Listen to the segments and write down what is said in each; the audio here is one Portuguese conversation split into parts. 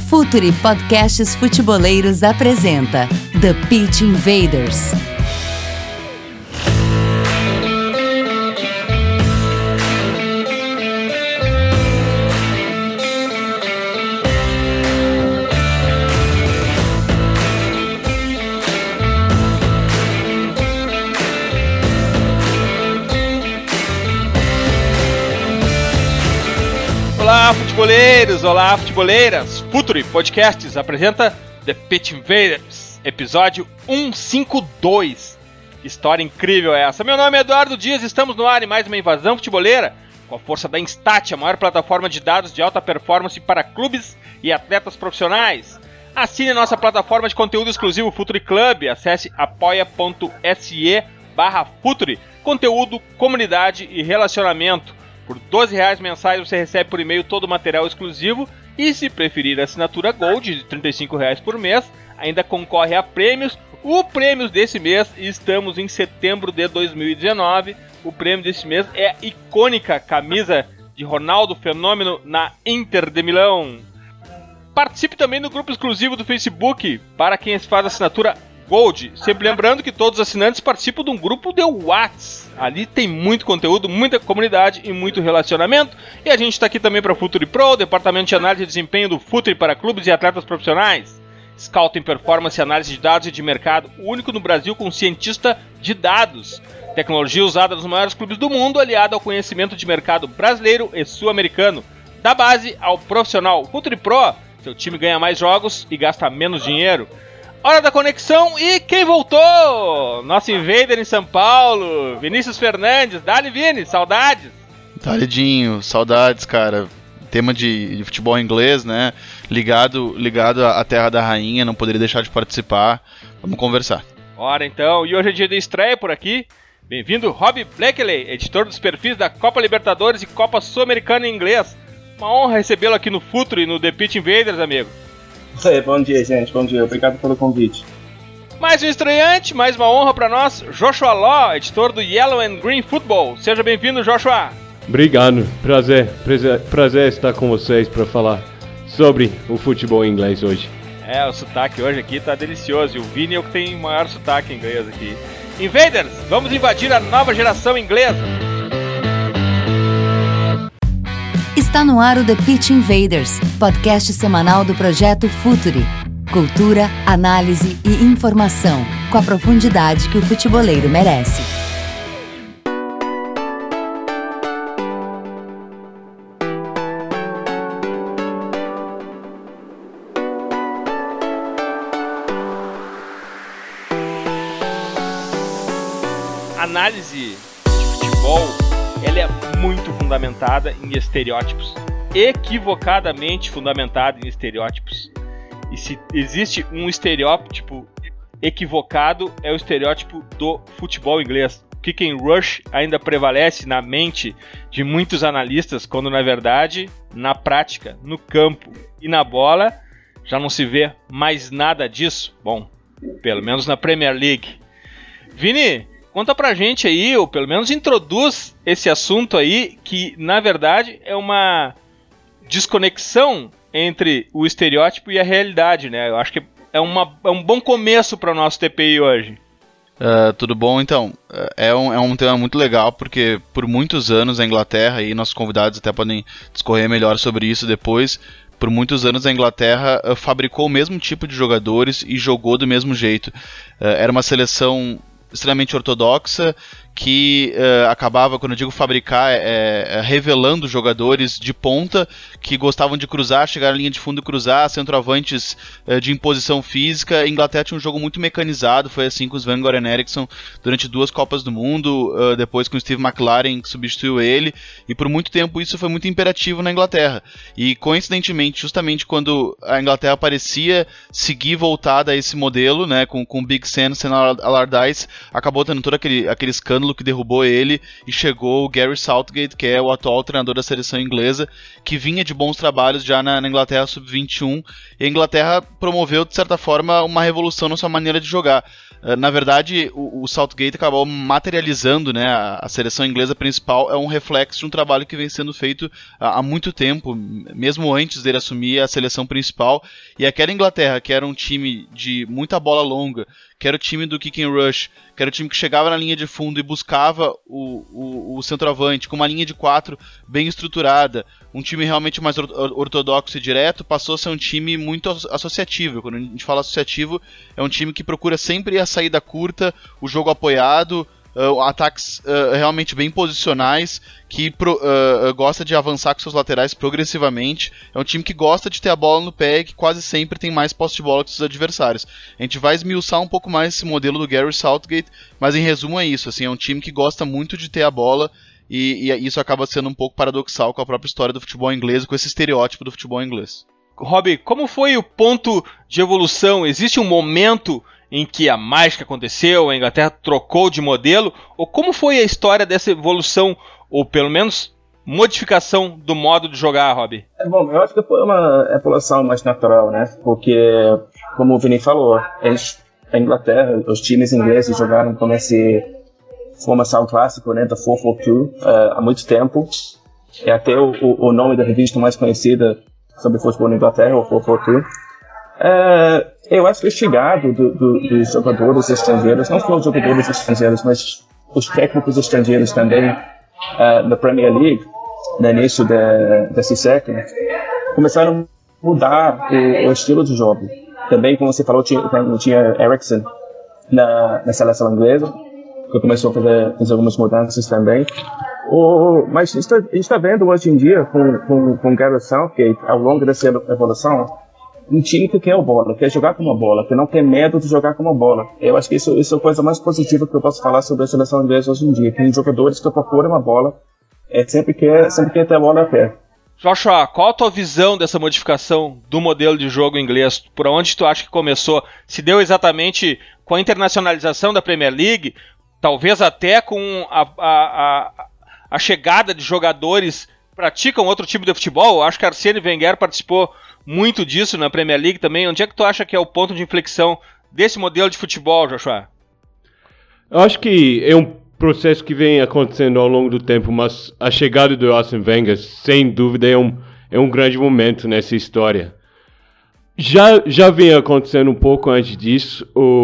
Futuri Podcasts Futeboleiros apresenta The Pitch Invaders. Olá, futeboleiros! Olá, futeboleiras! Futuri Podcasts apresenta The Pitch Invaders, episódio 152. Que história incrível é essa? Meu nome é Eduardo Dias, estamos no ar em mais uma invasão futeboleira com a força da Instat, a maior plataforma de dados de alta performance para clubes e atletas profissionais. Assine a nossa plataforma de conteúdo exclusivo Futuri Club, acesse apoia.se/Futuri, conteúdo, comunidade e relacionamento. Por R$12 mensais você recebe por e-mail todo o material exclusivo e, se preferir a assinatura Gold de R$35 por mês, ainda concorre a prêmios. O prêmio desse mês, estamos em setembro de 2019, o prêmio desse mês é a icônica camisa de Ronaldo Fenômeno na Inter de Milão. Participe também no grupo exclusivo do Facebook para quem faz assinatura Gold. Sempre lembrando que todos os assinantes participam de um grupo de WhatsApp. Ali tem muito conteúdo, muita comunidade e muito relacionamento. E a gente está aqui também para Futuri Pro, departamento de análise de desempenho do Futuri para clubes e atletas profissionais. Scouting, performance, análise de dados e de mercado, o único no Brasil com cientista de dados. Tecnologia usada nos maiores clubes do mundo, aliada ao conhecimento de mercado brasileiro e sul-americano. Da base ao profissional. Futuri Pro, seu time ganha mais jogos e gasta menos dinheiro. Hora da conexão e quem voltou? Nosso invader em São Paulo, Vinícius Fernandes. Dali, Vini, saudades. Dali, Dinho, saudades, cara. Tema de futebol inglês, né? Ligado à Terra da Rainha, não poderia deixar de participar. Vamos conversar. Ora então, e hoje é dia de estreia por aqui. Bem-vindo, Rob Blakely, editor dos perfis da Copa Libertadores e Copa Sul-Americana em inglês. Uma honra recebê-lo aqui no Futuri e no The Pitch Invaders, amigo. Bom dia, gente. Bom dia. Obrigado pelo convite. Mais um estreante, mais uma honra para nós, Joshua Law, editor do Yellow and Green Football. Seja bem-vindo, Joshua. Obrigado. Prazer estar com vocês para falar sobre o futebol inglês hoje. O sotaque hoje aqui tá delicioso. E o Vini é o que tem maior sotaque inglês aqui. Invaders, vamos invadir a nova geração inglesa. Está no ar o The Pitch Invaders, podcast semanal do projeto Futuri. Cultura, análise e informação, com a profundidade que o futeboleiro merece. A análise de futebol, ela é muito fundamentada em estereótipos, equivocadamente fundamentada em estereótipos. E se existe um estereótipo equivocado, é o estereótipo do futebol inglês. O kick and rush ainda prevalece na mente de muitos analistas, quando na verdade, na prática, no campo e na bola, já não se vê mais nada disso. Bom, pelo menos na Premier League. Vini, conta pra gente aí, ou pelo menos introduz esse assunto aí, que na verdade é uma desconexão entre o estereótipo e a realidade, né? Eu acho que é um bom começo para o nosso TPI hoje. Tudo bom, então? É um tema muito legal, porque por muitos anos a Inglaterra, e nossos convidados até podem discorrer melhor sobre isso depois, por muitos anos a Inglaterra fabricou o mesmo tipo de jogadores e jogou do mesmo jeito. Era uma seleção extremamente ortodoxa, que acabava, quando eu digo fabricar, revelando jogadores de ponta que gostavam de cruzar, chegar à linha de fundo e cruzar, centroavantes de imposição física. A Inglaterra tinha um jogo muito mecanizado, foi assim com os Sven-Göran Eriksson durante 2 Copas do Mundo, depois com o Steve McLaren, que substituiu ele, e por muito tempo isso foi muito imperativo na Inglaterra. E coincidentemente, justamente quando a Inglaterra parecia seguir voltada a esse modelo, né, com Big Sam, Sam Allardyce, acabou tendo todo aquele escândalo escândalo que derrubou ele e chegou o Gary Southgate, que é o atual treinador da seleção inglesa, que vinha de bons trabalhos já na Inglaterra Sub-21, e a Inglaterra promoveu, de certa forma, uma revolução na sua maneira de jogar. Na verdade, o Southgate acabou materializando, né, a seleção inglesa principal é um reflexo de um trabalho que vem sendo feito há muito tempo, mesmo antes dele assumir a seleção principal, e aquela Inglaterra, que era um time de muita bola longa, que era o time do kick and rush, que era o time que chegava na linha de fundo e buscava o centroavante, com uma linha de 4 bem estruturada, um time realmente mais ortodoxo e direto, passou a ser um time muito associativo. Quando a gente fala associativo, é um time que procura sempre a saída curta, o jogo apoiado, ataques realmente bem posicionais, que gosta de avançar com seus laterais progressivamente. É um time que gosta de ter a bola no pé e que quase sempre tem mais posse de bola que seus adversários. A gente vai esmiuçar um pouco mais esse modelo do Gary Southgate, mas em resumo é isso, assim, é um time que gosta muito de ter a bola, e isso acaba sendo um pouco paradoxal com a própria história do futebol inglês, com esse estereótipo do futebol inglês. Rob, como foi o ponto de evolução? Existe um momento em que a mágica aconteceu, a Inglaterra trocou de modelo, ou como foi a história dessa evolução, ou pelo menos modificação do modo de jogar, Rob? Bom, eu acho que foi uma evolução mais natural, né? Porque, como o Vini falou, a Inglaterra, os times ingleses jogaram com essa formação clássica, né, da 4-4-2, há muito tempo. É até o nome da revista mais conhecida sobre futebol na Inglaterra, o 4-4-2. Eu acho que o chegado dos jogadores estrangeiros, não só os jogadores estrangeiros, mas os técnicos estrangeiros também, na Premier League, no início desse século, começaram a mudar o estilo de jogo. Também, como você falou, tinha Eriksen na seleção inglesa, que começou a fazer algumas mudanças também. Mas a gente está vendo hoje em dia, com Gareth Southgate, ao longo dessa evolução, um time que quer a bola, quer jogar com uma bola, que não tem medo de jogar com uma bola. Eu acho que isso é a coisa mais positiva que eu posso falar sobre a seleção inglesa hoje em dia. Tem jogadores que procuram uma bola, sempre quer ter a bola a pé. Joshua, qual a tua visão dessa modificação do modelo de jogo inglês? Por onde tu acha que começou? Se deu exatamente com a internacionalização da Premier League? Talvez até com a chegada de jogadores que praticam outro tipo de futebol? Eu acho que Arsene Wenger participou muito disso na Premier League também. Onde é que tu acha que é o ponto de inflexão desse modelo de futebol, Joshua? Eu acho que é um processo que vem acontecendo ao longo do tempo, mas a chegada do Arsene Wenger, sem dúvida, é um grande momento nessa história. Já vinha acontecendo um pouco antes disso,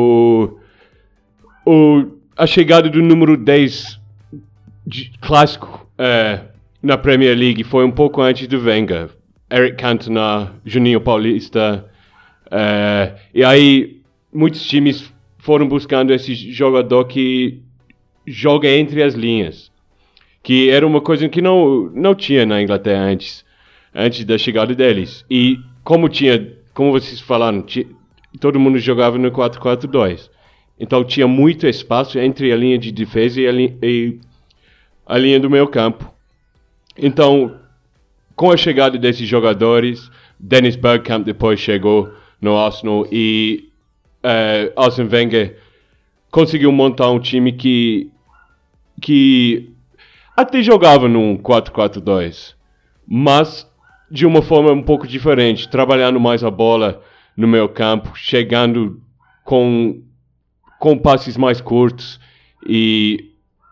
a chegada do número 10 clássico na Premier League foi um pouco antes do Wenger. Eric Cantona, Juninho Paulista, e aí muitos times foram buscando esse jogador que joga entre as linhas, que era uma coisa que não tinha na Inglaterra antes da chegada deles. E como vocês falaram, todo mundo jogava no 4-4-2. Então tinha muito espaço entre a linha de defesa e a linha do meio campo. Então, com a chegada desses jogadores, Dennis Bergkamp depois chegou no Arsenal e Arsene Wenger conseguiu montar um time que até jogava num 4-4-2, mas de uma forma um pouco diferente, trabalhando mais a bola no meio campo, chegando com passes mais curtos e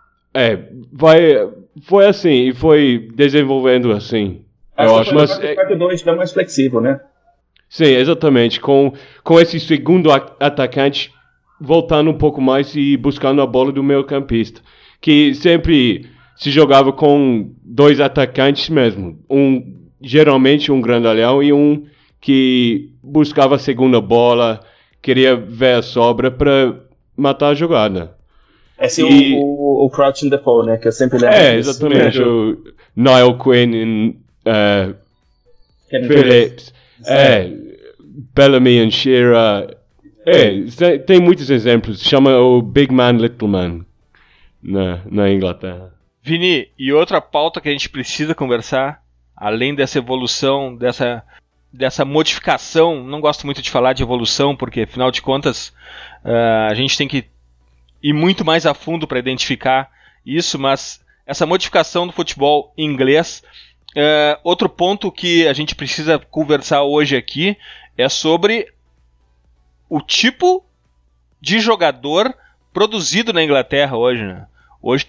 foi assim, e foi desenvolvendo assim. Eu acho, mas 4-4-2 é mais flexível, né? Sim, exatamente, com esse segundo atacante voltando um pouco mais e buscando a bola do meio campista, que sempre se jogava com dois atacantes mesmo, geralmente um grandalhão e um que buscava a segunda bola, queria ver a sobra para matar a jogada. O Crouch and Defoe, né? Que eu sempre lembro. Exatamente. O Niall Quinn e Phillips. Bellamy e Shearer. Tem muitos exemplos. Chama o Big Man, Little Man na Inglaterra. Vini, e outra pauta que a gente precisa conversar, além dessa evolução, dessa modificação, não gosto muito de falar de evolução, porque afinal de contas a gente tem que ir muito mais a fundo para identificar isso, mas essa modificação do futebol inglês. Outro ponto que a gente precisa conversar hoje aqui é sobre o tipo de jogador produzido na Inglaterra hoje, né? Hoje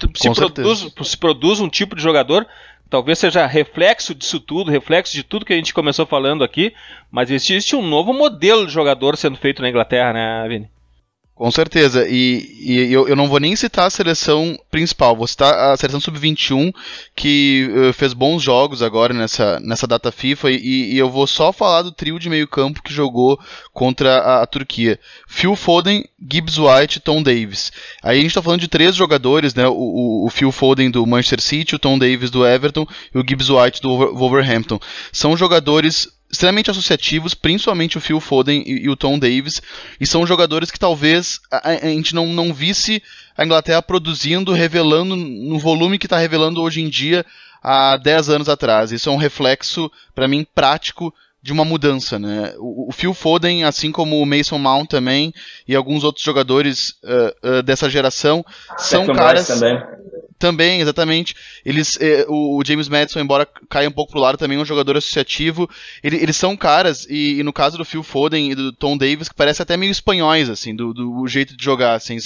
se produz um tipo de jogador, talvez seja reflexo disso tudo, reflexo de tudo que a gente começou falando aqui, mas existe um novo modelo de jogador sendo feito na Inglaterra, né, Vini? Com certeza, e eu não vou nem citar a seleção principal, vou citar a seleção sub-21, que fez bons jogos agora nessa data FIFA, e eu vou só falar do trio de meio campo que jogou contra a Turquia. Phil Foden, Gibbs White e Tom Davies. Aí a gente está falando de 3 jogadores, né? O Phil Foden do Manchester City, o Tom Davies do Everton e o Gibbs White do Wolverhampton. São jogadores extremamente associativos, principalmente o Phil Foden e o Tom Davies, e são jogadores que talvez a gente não visse a Inglaterra produzindo, revelando no volume que está revelando hoje em dia há 10 anos atrás. Isso é um reflexo, para mim, prático de uma mudança, né? O Phil Foden, assim como o Mason Mount também, e alguns outros jogadores dessa geração, são caras... Também, exatamente. O James Maddison, embora caia um pouco pro lado, também é um jogador associativo. Eles são caras, e no caso do Phil Foden e do Tom Davies, que parece até meio espanhóis, assim, do jeito de jogar, assim.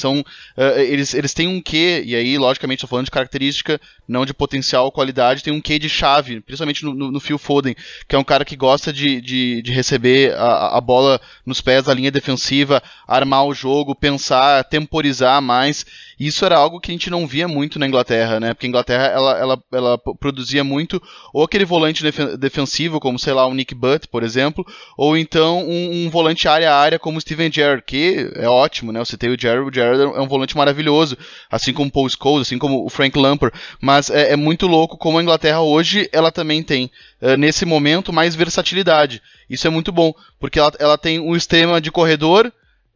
Eles têm um quê, e aí, logicamente, estou falando de característica, não de potencial ou qualidade, tem um quê de chave, principalmente no Phil Foden, que é um cara que gosta de receber a bola nos pés da linha defensiva, armar o jogo, pensar, temporizar mais. Isso era algo que a gente não via muito na Inglaterra, né? Porque a Inglaterra, ela produzia muito ou aquele volante defensivo, como, sei lá, o Nick Butt, por exemplo, ou então um volante área a área como o Steven Gerrard, que é ótimo, né? Eu citei o Gerrard é um volante maravilhoso, assim como o Paul Scholes, assim como o Frank Lampard, mas é muito louco como a Inglaterra hoje, ela também tem, nesse momento, mais versatilidade. Isso é muito bom, porque ela tem um extrema de corredor,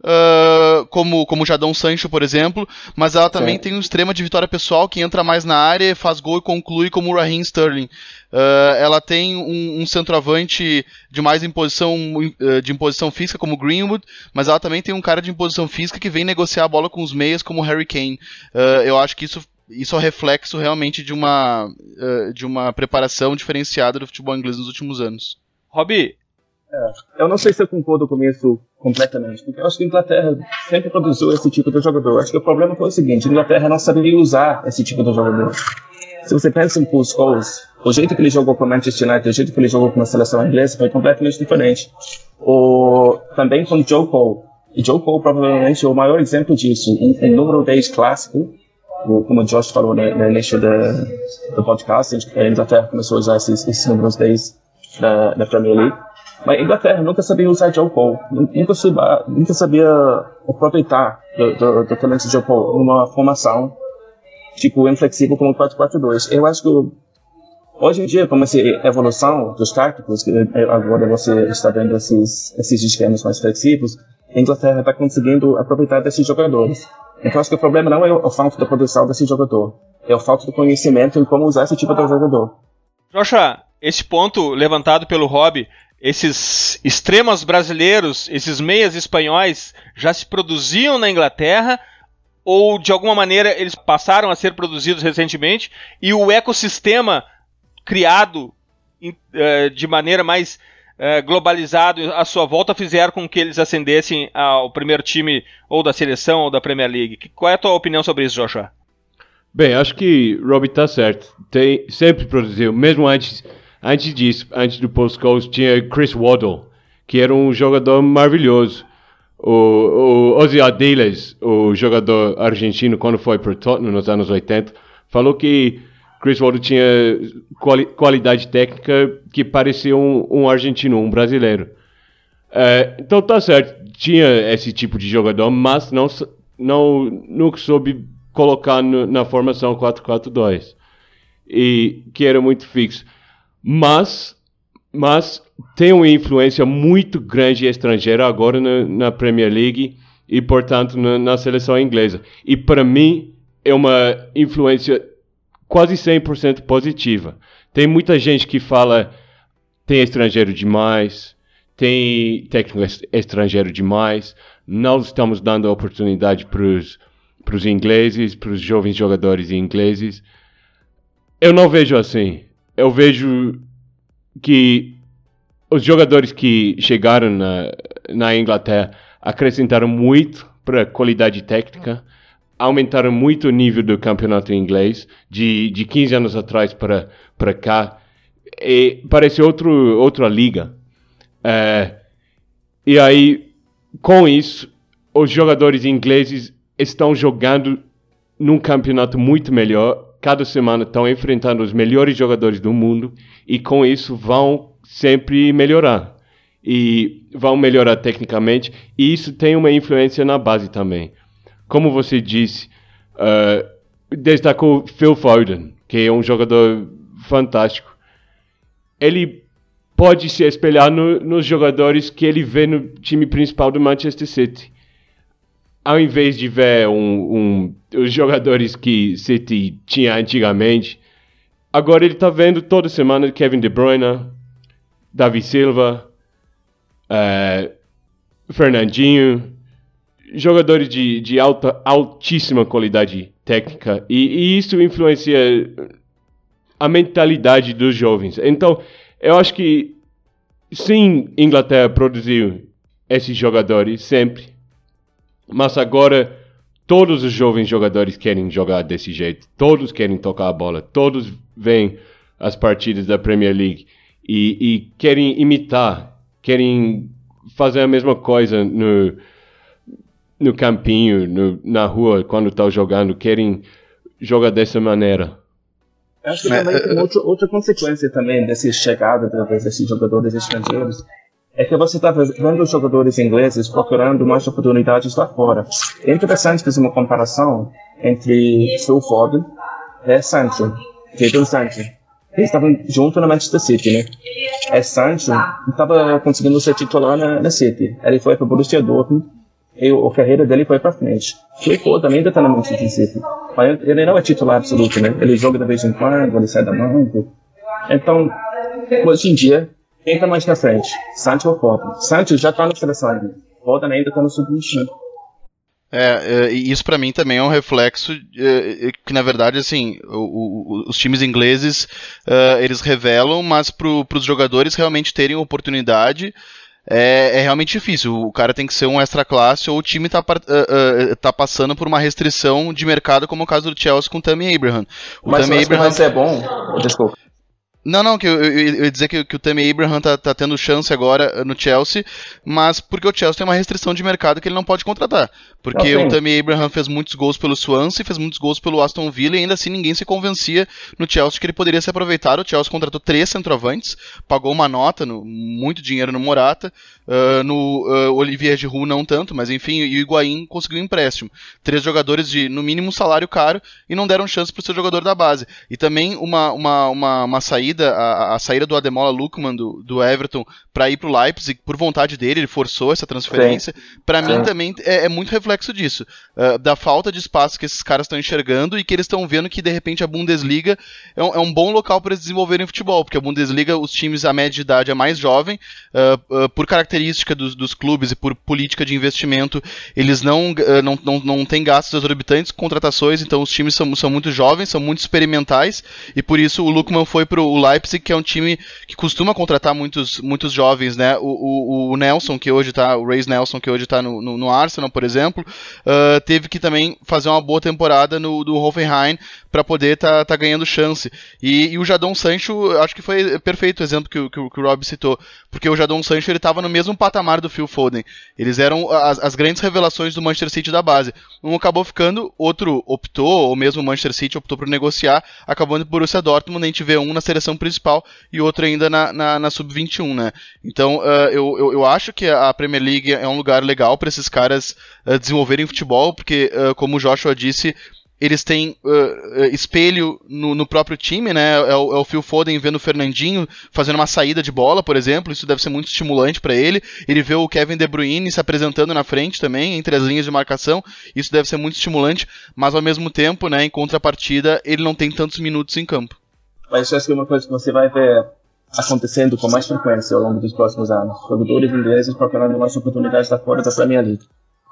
como o Jadon Sancho, por exemplo, mas ela também tem um extrema de vitória pessoal que entra mais na área, faz gol e conclui, como o Raheem Sterling. Ela tem um centroavante de mais de imposição física, como o Greenwood, mas ela também tem um cara de imposição física que vem negociar a bola com os meias, como o Harry Kane. Eu acho que isso é reflexo realmente de uma preparação diferenciada do futebol inglês nos últimos anos. Robbie, eu não sei se eu concordo com isso completamente, porque eu acho que a Inglaterra sempre produziu esse tipo de jogador. Acho que o problema foi o seguinte: a Inglaterra não sabia usar esse tipo de jogador. Se você pensa em Paul Scholes, o jeito que ele jogou com o Manchester United, o jeito que ele jogou com a seleção inglesa foi completamente diferente. Também com Joe Cole. E Joe Cole provavelmente é o maior exemplo disso. Um número 10 clássico, como o Josh falou no início do podcast, a Inglaterra começou a usar esses números 10 da Premier League. Mas a Inglaterra nunca sabia usar Joe Cole, nunca sabia aproveitar do talento de Joe Cole numa formação tipo inflexível como 4-4-2. Eu acho que hoje em dia, com essa evolução dos táticos, agora você está vendo esses esquemas mais flexíveis, a Inglaterra está conseguindo aproveitar desses jogadores. Então acho que o problema não é a falta da produção desse jogador, é a falta de conhecimento em como usar esse tipo de jogador. Joshua, esse ponto levantado pelo Robbie, esses extremos brasileiros, esses meias espanhóis já se produziam na Inglaterra ou de alguma maneira eles passaram a ser produzidos recentemente e o ecossistema criado de maneira mais globalizada à sua volta fizeram com que eles ascendessem ao primeiro time ou da seleção ou da Premier League? Qual é a tua opinião sobre isso, Joshua? Bem, acho que Robbie está certo. Sempre produziu, mesmo antes disso, antes do Paul Scholes, tinha Chris Waddle, que era um jogador maravilhoso. O Ozzy Ardiles, o jogador argentino, quando foi para o Tottenham nos anos 80, falou que Chris Waddle tinha qualidade técnica que parecia um argentino, um brasileiro. Então tá certo, tinha esse tipo de jogador, mas nunca soube colocar na formação 4-4-2, e que era muito fixo. Mas tem uma influência muito grande estrangeira agora na Premier League e, portanto, na seleção inglesa. E, para mim, é uma influência quase 100% positiva. Tem muita gente que fala tem estrangeiro demais, tem técnico estrangeiro demais, não estamos dando oportunidade para os ingleses, para os jovens jogadores ingleses. Eu não vejo assim. Eu vejo que os jogadores que chegaram na Inglaterra acrescentaram muito para a qualidade técnica, aumentaram muito o nível do campeonato inglês, de 15 anos atrás para cá, e parece outra liga. E aí, com isso, os jogadores ingleses estão jogando num campeonato muito melhor. Cada semana estão enfrentando os melhores jogadores do mundo e com isso vão sempre melhorar. E vão melhorar tecnicamente e isso tem uma influência na base também. Como você disse, destacou Phil Foden, que é um jogador fantástico. Ele pode se espelhar nos jogadores que ele vê no time principal do Manchester City. Ao invés de ver os jogadores que City tinha antigamente, agora ele está vendo toda semana Kevin De Bruyne, Davi Silva, Fernandinho, jogadores de altíssima qualidade técnica, e isso influencia a mentalidade dos jovens. Então, eu acho que sim, Inglaterra produziu esses jogadores sempre, mas agora todos os jovens jogadores querem jogar desse jeito, todos querem tocar a bola, todos veem as partidas da Premier League e querem imitar, querem fazer a mesma coisa no campinho, na rua, quando estão jogando, querem jogar dessa maneira. Acho que também tem outra consequência também dessa chegada desses jogadores estrangeiros, é que você está vendo os jogadores ingleses procurando mais oportunidades lá fora. É interessante fazer uma comparação entre Phil Foden e Sancho, Jadon Sancho. Eles estavam juntos no Manchester City, né? Sancho estava conseguindo ser titular na City. Ele foi para o Borussia Dortmund e a carreira dele foi para frente. Phil Foden também ainda está no Manchester City. Mas ele não é titular absoluto, né? Ele joga de vez em quando, ele sai da mão. Então, hoje em dia, quem está mais na frente? Sancho ou Foden? Sancho já está na seleção ainda. Foden ainda está no sub-21. E isso pra mim também é um reflexo que, na verdade, assim, os times ingleses, eles revelam, mas pros jogadores realmente terem oportunidade, é realmente difícil. O cara tem que ser um extra classe ou o time tá passando por uma restrição de mercado, como o caso do Chelsea com o Tammy Abraham. Mas é bom. Desculpa. Não, que eu ia dizer que o Tammy Abraham tá tendo chance agora no Chelsea, mas porque o Chelsea tem uma restrição de mercado que ele não pode contratar. Porque o Tammy Abraham fez muitos gols pelo Swansea, fez muitos gols pelo Aston Villa, e ainda assim ninguém se convencia no Chelsea que ele poderia ser aproveitado. O Chelsea contratou 3 centroavantes, pagou uma nota, muito dinheiro no Morata, no Olivier Giroud não tanto, mas enfim, e o Higuaín conseguiu um empréstimo. 3 jogadores de, no mínimo, salário caro, e não deram chance para o seu jogador da base. E também uma saída, a saída do Ademola Lookman do Everton para ir para o Leipzig, por vontade dele, ele forçou essa transferência. Para mim também é muito reflexo disso, da falta de espaço que esses caras estão enxergando e que eles estão vendo que de repente a Bundesliga é um bom local para eles desenvolverem futebol, porque a Bundesliga, os times, a média de idade é mais jovem, por característica dos clubes e por política de investimento, eles não têm gastos exorbitantes, contratações, então os times são muito jovens, são muito experimentais, e por isso o Lookman foi pro Leipzig, que é um time que costuma contratar muitos jovens, né? O Nelson, que hoje tá, o Reiss Nelson, que hoje tá no Arsenal, por exemplo, teve que também fazer uma boa temporada do Hoffenheim para poder tá ganhando chance. E o Jadon Sancho, acho que foi perfeito o exemplo que o Rob citou, porque o Jadon Sancho, ele tava no mesmo patamar do Phil Foden. Eles eram as grandes revelações do Manchester City da base. Um acabou ficando, outro optou, ou mesmo o Manchester City optou por negociar, acabou indo pro Borussia Dortmund. A gente vê um na seleção principal e outro ainda na Sub-21, né? Então, eu acho que a Premier League é um lugar legal para esses caras desenvolverem futebol, porque, como o Joshua disse, eles têm espelho no próprio time, né? É o Phil Foden vendo o Fernandinho fazendo uma saída de bola, por exemplo. Isso deve ser muito estimulante para ele. Ele vê o Kevin De Bruyne se apresentando na frente também, entre as linhas de marcação. Isso deve ser muito estimulante, mas ao mesmo tempo, né, em contrapartida, ele não tem tantos minutos em campo. Mas acho que é uma coisa que você vai ver acontecendo com mais frequência ao longo dos próximos anos. Jogadores ingleses procurando mais oportunidades da fora da Premier League.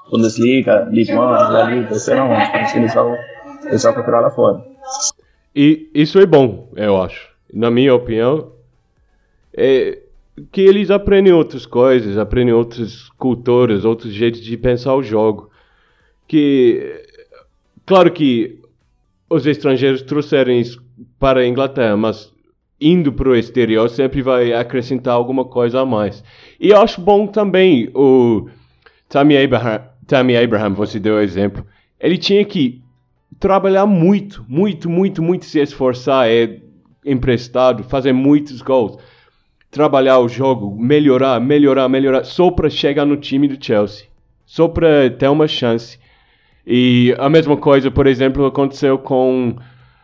Bundesliga, Liga 1, La Liga, isso não, eles vão procurar lá fora. E isso é bom, eu acho. Na minha opinião, é que eles aprendem outras coisas, aprendem outras culturas, outros jeitos de pensar o jogo. Que, claro que os estrangeiros trouxeram isso para a Inglaterra, mas indo para o exterior sempre vai acrescentar alguma coisa a mais. E eu acho bom também o Tammy Abraham, você deu o exemplo. Ele tinha que trabalhar muito, se esforçar, emprestado, fazer muitos gols. Trabalhar o jogo, melhorar, só para chegar no time do Chelsea. Só para ter uma chance. E a mesma coisa, por exemplo, aconteceu com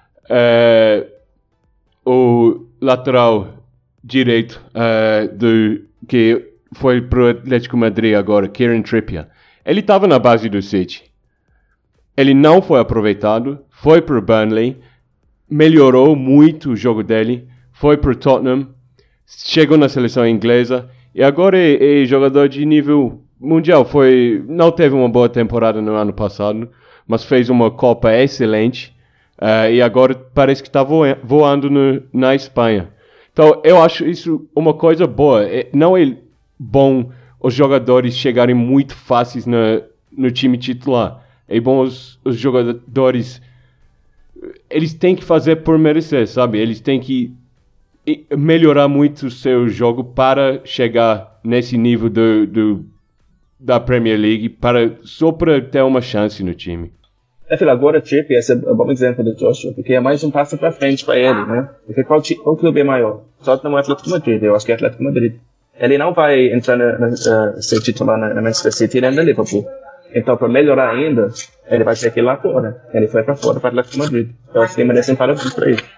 o lateral direito que foi pro Atlético Madrid agora, Kieran Trippier. Ele estava na base do City. Ele não foi aproveitado, foi pro Burnley, melhorou muito o jogo dele, foi pro Tottenham, chegou na seleção inglesa e agora é jogador de nível mundial. Não teve uma boa temporada no ano passado, mas fez uma Copa excelente e agora parece que está voando na Espanha. Então eu acho isso uma coisa boa. Não é bom os jogadores chegarem muito fáceis no time titular. É bom os jogadores, eles têm que fazer por merecer, sabe? Eles têm que melhorar muito o seu jogo para chegar nesse nível da Premier League, só para ter uma chance no time. Agora o Trippier esse é um bom exemplo do Joshua, porque é mais um passo para frente para ele, né? Porque qual clube é maior? Tottenham ou Atlético Madrid? Eu acho que é Atlético Madrid. Ele não vai entrar ser titular na Manchester City nem na Liverpool. Então, para melhorar ainda, ele vai ter que ir lá fora. Ele foi para fora, para Atlético Madrid. Eu acho que merecem parabéns para ele.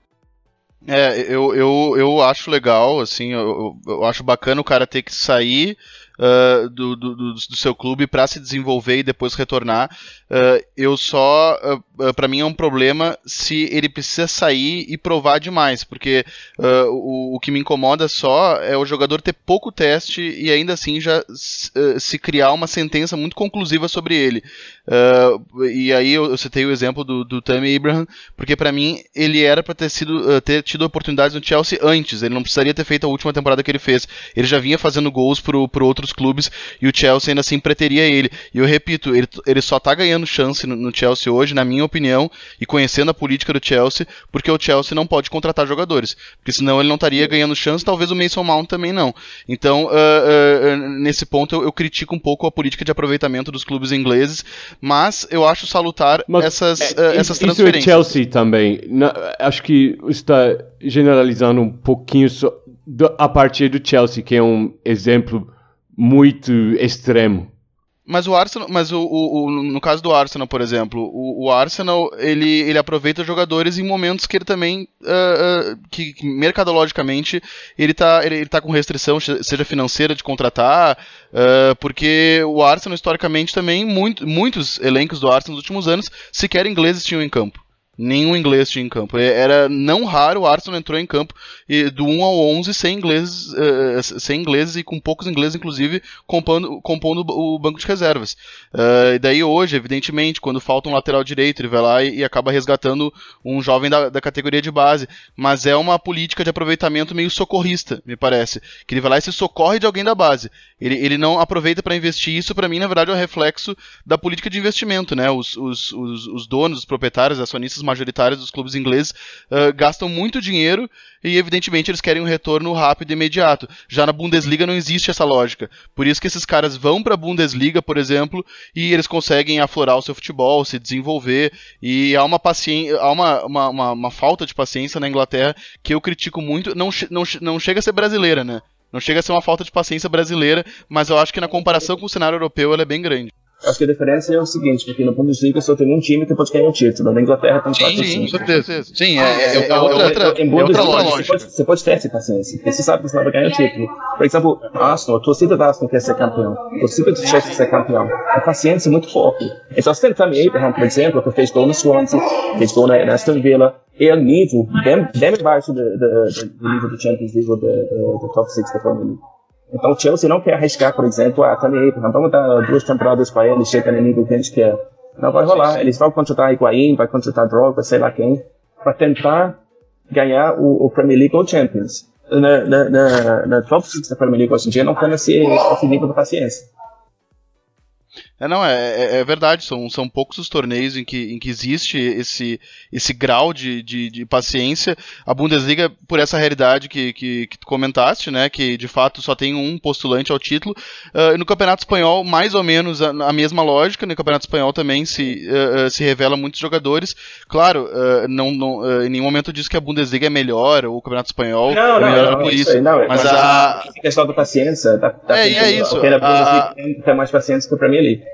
Eu acho legal, assim, eu acho bacana o cara ter que sair do seu clube para se desenvolver e depois retornar. Para mim é um problema se ele precisa sair e provar demais, porque o que me incomoda só é o jogador ter pouco teste e ainda assim já se criar uma sentença muito conclusiva sobre ele. E aí eu citei o exemplo do Tammy Abraham, porque para mim ele era para ter tido oportunidades no Chelsea antes. Ele não precisaria ter feito a última temporada que ele fez. Ele já vinha fazendo gols por outros clubes e o Chelsea ainda assim preteria ele. E eu repito, ele só tá ganhando chance no Chelsea hoje, na minha opinião, e conhecendo a política do Chelsea, porque o Chelsea não pode contratar jogadores, porque senão ele não estaria ganhando chance, talvez o Mason Mount também não. Então, nesse ponto eu critico um pouco a política de aproveitamento dos clubes ingleses, mas eu acho salutar essas transferências. Isso é Chelsea também. Acho que está generalizando um pouquinho a partir do Chelsea, que é um exemplo muito extremo. Mas o Arsenal, no caso do Arsenal, por exemplo, o Arsenal ele aproveita jogadores em momentos que ele também que mercadologicamente ele tá com restrição, seja financeira, de contratar, porque o Arsenal historicamente também muitos elencos do Arsenal nos últimos anos sequer ingleses tinham em campo. Nenhum inglês tinha em campo. Era não raro o Arsenal entrou em campo do 1 ao 11 sem ingleses e com poucos ingleses, inclusive, compondo o banco de reservas. E daí hoje, evidentemente, quando falta um lateral direito, ele vai lá e acaba resgatando um jovem da categoria de base. Mas é uma política de aproveitamento meio socorrista, me parece. Que ele vai lá e se socorre de alguém da base. Ele não aproveita para investir. Isso, para mim, na verdade, é um reflexo da política de investimento, né? Os donos, os proprietários, acionistas majoritários dos clubes ingleses gastam muito dinheiro e, evidentemente, eles querem um retorno rápido e imediato. Já na Bundesliga não existe essa lógica. Por isso que esses caras vão para a Bundesliga, por exemplo, e eles conseguem aflorar o seu futebol, se desenvolver, e há uma falta de paciência na Inglaterra que eu critico muito. Não chega a ser brasileira, né? Não chega a ser uma falta de paciência brasileira, mas eu acho que na comparação com o cenário europeu ela é bem grande. Acho que a diferença é o seguinte, porque no Bundesliga só tem um time que pode ganhar o título. Na Inglaterra tem 4 times. Sim, com certeza. Sim, é outra lógica. Você pode ter essa paciência, porque você sabe que você vai ganhar o título. Por exemplo, Arsenal, a torcida da Arsenal quer ser campeão. A torcida do Chelsea quer ser campeão. A paciência é muito forte. Então, você tem Tammy Abraham, por exemplo, que fez gol no Swansea, fez gol na Aston Villa. É o nível bem abaixo do nível do Champions League ou do top 6 da Premier League. Então o Chelsea não quer arriscar, por exemplo, também, vamos dar 2 temporadas para ele, chega no nível que a gente quer. Não vai rolar. Eles vão contratar Higuaín, vai contratar Drogba, sei lá quem, para tentar ganhar o Premier League ou Champions. Na top 6 da Premier League hoje em dia não tem esse nível de paciência. É verdade, são poucos os torneios em que existe esse grau de paciência. A Bundesliga, por essa realidade que tu comentaste, né, que de fato só tem um postulante ao título. No Campeonato Espanhol, mais ou menos a mesma lógica. No Campeonato Espanhol também se revela muitos jogadores. Claro, em nenhum momento diz que a Bundesliga é melhor, ou o Campeonato Espanhol é melhor por isso. Mas a questão da paciência, é isso. A Bundesliga tem mais paciência que a Premier League.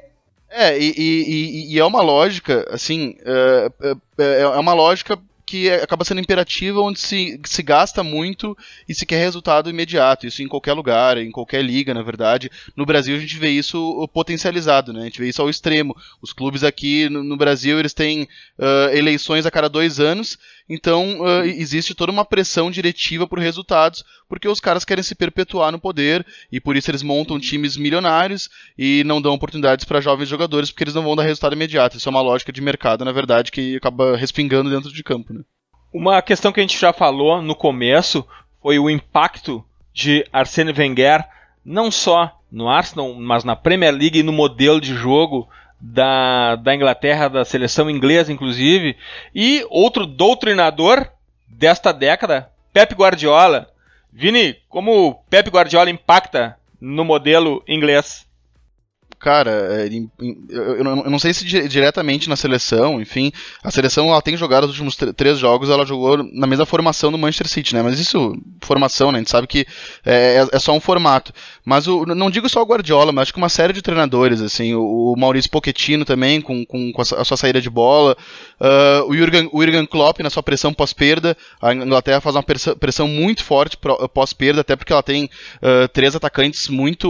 E é uma lógica, assim, é uma lógica que acaba sendo imperativa, onde se gasta muito e se quer resultado imediato. Isso em qualquer lugar, em qualquer liga, na verdade. No Brasil a gente vê isso potencializado, né? A gente vê isso ao extremo. Os clubes aqui no Brasil, eles têm eleições a cada 2 anos, então existe toda uma pressão diretiva por resultados, porque os caras querem se perpetuar no poder, e por isso eles montam times milionários e não dão oportunidades para jovens jogadores, porque eles não vão dar resultado imediato. Isso é uma lógica de mercado, na verdade, que acaba respingando dentro de campo, né? Uma questão que a gente já falou no começo foi o impacto de Arsène Wenger, não só no Arsenal, mas na Premier League e no modelo de jogo da Inglaterra, da seleção inglesa, inclusive. E outro doutrinador desta década, Pep Guardiola. Vini, como o Pep Guardiola impacta no modelo inglês? Cara, eu não sei se diretamente na seleção, enfim, a seleção ela tem jogado os últimos 3 jogos, ela jogou na mesma formação do Manchester City, né, mas isso, formação, né, a gente sabe que é só um formato, mas não digo só o Guardiola, mas acho que uma série de treinadores, assim, o Maurício Pochettino também, com a sua saída de bola, o Jürgen Klopp na sua pressão pós-perda, a Inglaterra faz uma pressão muito forte pós-perda, até porque ela tem 3 atacantes muito,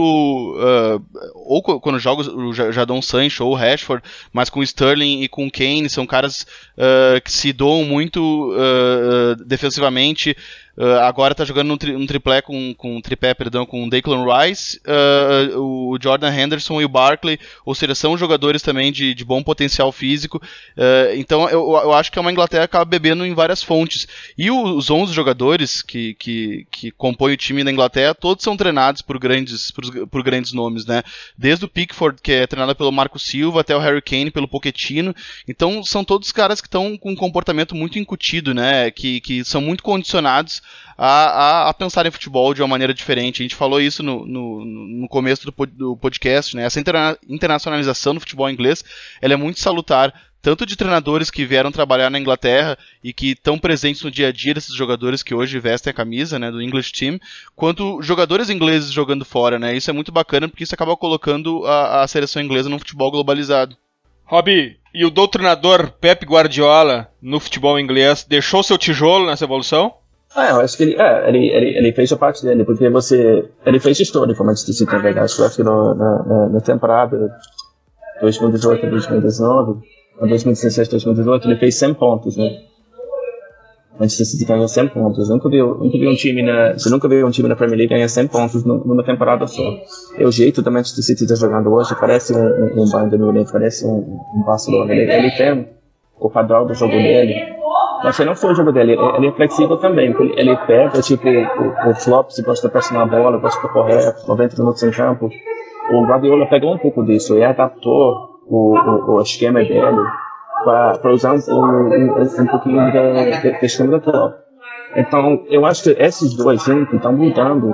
ou quando jogos o Jadon Sancho ou o Rashford, mas com o Sterling e com o Kane, são caras que se doam muito defensivamente. Agora está jogando um tripé com o Declan Rice, o Jordan Henderson e o Barkley, ou seja, são jogadores também de bom potencial físico. Então eu acho que é uma Inglaterra que acaba bebendo em várias fontes. E os 11 jogadores que compõem o time da Inglaterra, todos são treinados por grandes nomes, né? Desde o Pickford, que é treinado pelo Marco Silva, até o Harry Kane pelo Pochettino. Então são todos caras que estão com um comportamento muito incutido, né? Que são muito condicionados a pensar em futebol de uma maneira diferente. A gente falou isso no começo do podcast, né? Essa internacionalização do futebol inglês, ela é muito salutar, tanto de treinadores que vieram trabalhar na Inglaterra e que estão presentes no dia a dia desses jogadores que hoje vestem a camisa, né, do English Team, quanto jogadores ingleses jogando fora, né? Isso é muito bacana porque isso acaba colocando a seleção inglesa num futebol globalizado. Robbie, e o doutrinador Pep Guardiola no futebol inglês deixou seu tijolo nessa evolução? Eu acho que ele fez a parte dele, porque ele fez história, como a gente disse também. Acho que na temporada 2018, 2019, 2016, 2018, ele fez 100 pontos, né? Manchester City ganhou 100 pontos. Nunca vi um time na Premier League ganhar 100 pontos numa temporada só. E o jeito da Manchester City está jogando hoje parece um Bayern Munique, parece um Barcelona. Ele tem o padrão do jogo dele. Mas não foi o jogo dele, ele é flexível também. Ele pega, tipo, o flop, se gosta de pressionar a bola, gosta de correr 90 minutos em campo. O Guardiola pegou um pouco disso e adaptou o esquema dele para usar um pouquinho do esquema do Klopp. Então, eu acho que esses dois juntos estão mudando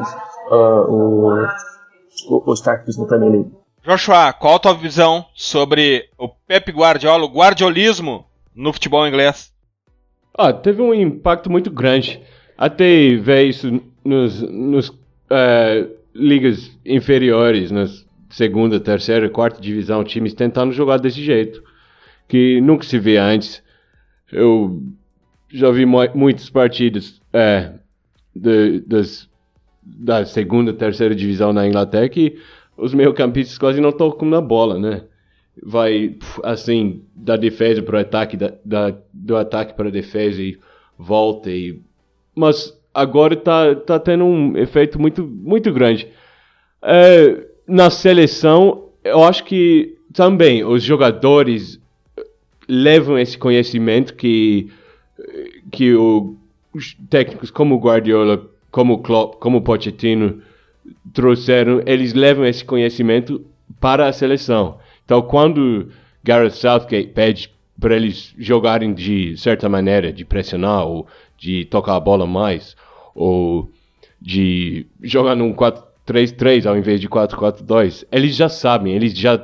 os táticos do Premier League. Joshua, qual a tua visão sobre o Pep Guardiola, o guardiolismo no futebol inglês? Teve um impacto muito grande. Até ver isso nos ligas inferiores, nas segunda, terceira, quarta divisão, times tentando jogar desse jeito, que nunca se vê antes. Eu já vi muitos partidos da segunda, terceira divisão na Inglaterra que os meio-campistas quase não tocam na bola, né? Vai, assim, da defesa para o ataque, do ataque para a defesa e volta. Mas agora tá tendo um efeito muito, muito grande. Na seleção, eu acho que também os jogadores levam esse conhecimento que os técnicos como Guardiola, como Klopp, como Pochettino trouxeram, eles levam esse conhecimento para a seleção. Então, quando Gareth Southgate pede para eles jogarem de certa maneira, de pressionar, ou de tocar a bola mais, ou de jogar num 4-3-3 ao invés de 4-4-2, eles já sabem, eles já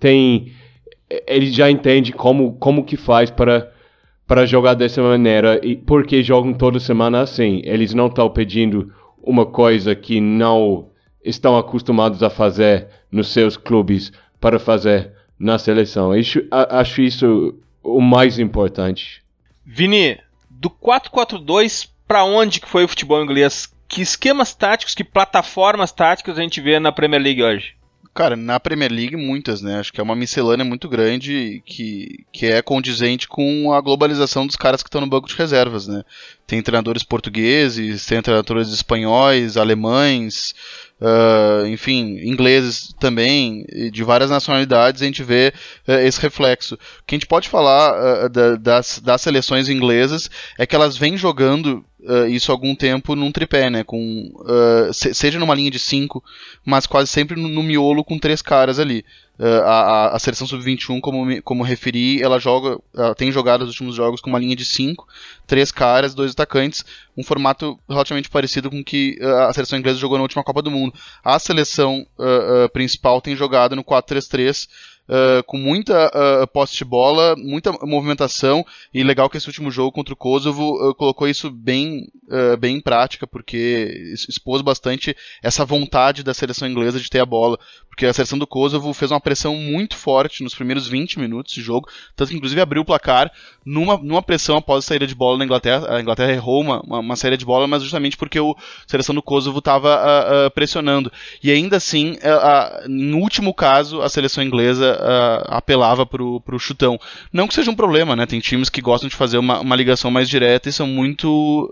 entendem como que faz para jogar dessa maneira, e porque jogam toda semana assim. Eles não estão pedindo uma coisa que não estão acostumados a fazer nos seus clubes para fazer na seleção. Acho isso o mais importante. Vini, do 4-4-2 para onde que foi o futebol inglês? Que esquemas táticos, que plataformas táticas a gente vê na Premier League hoje? Cara, na Premier League muitas, né? Acho que é uma miscelânea muito grande que é condizente com a globalização dos caras que estão no banco de reservas, né? Tem treinadores portugueses, tem treinadores espanhóis, alemães, enfim, ingleses também, de várias nacionalidades. A gente vê esse reflexo. O que a gente pode falar das seleções inglesas é que elas vêm jogando isso há algum tempo num tripé, né? Seja numa linha de 5, mas quase sempre no miolo com 3 caras ali. A seleção sub-21, como referi, ela tem jogado nos últimos jogos com uma linha de 5, 3 caras, 2 atacantes, um formato relativamente parecido com o que a seleção inglesa jogou na última Copa do Mundo. A seleção principal tem jogado no 4-3-3, com muita posse de bola, muita movimentação, e legal que esse último jogo contra o Kosovo colocou isso bem em prática, porque expôs bastante essa vontade da seleção inglesa de ter a bola, porque a seleção do Kosovo fez uma pressão muito forte nos primeiros 20 minutos de jogo, tanto que inclusive abriu o placar numa pressão após a saída de bola na Inglaterra. A Inglaterra errou uma saída de bola, mas justamente porque a seleção do Kosovo estava pressionando, e ainda assim, no último caso, a seleção inglesa apelava pro chutão. Não que seja um problema, né? Tem times que gostam de fazer uma ligação mais direta e são muito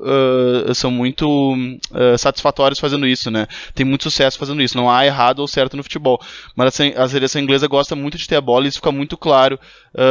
satisfatórios fazendo isso, né? Tem muito sucesso fazendo isso. Não há errado ou certo no futebol. Mas a seleção inglesa gosta muito de ter a bola, e isso fica muito claro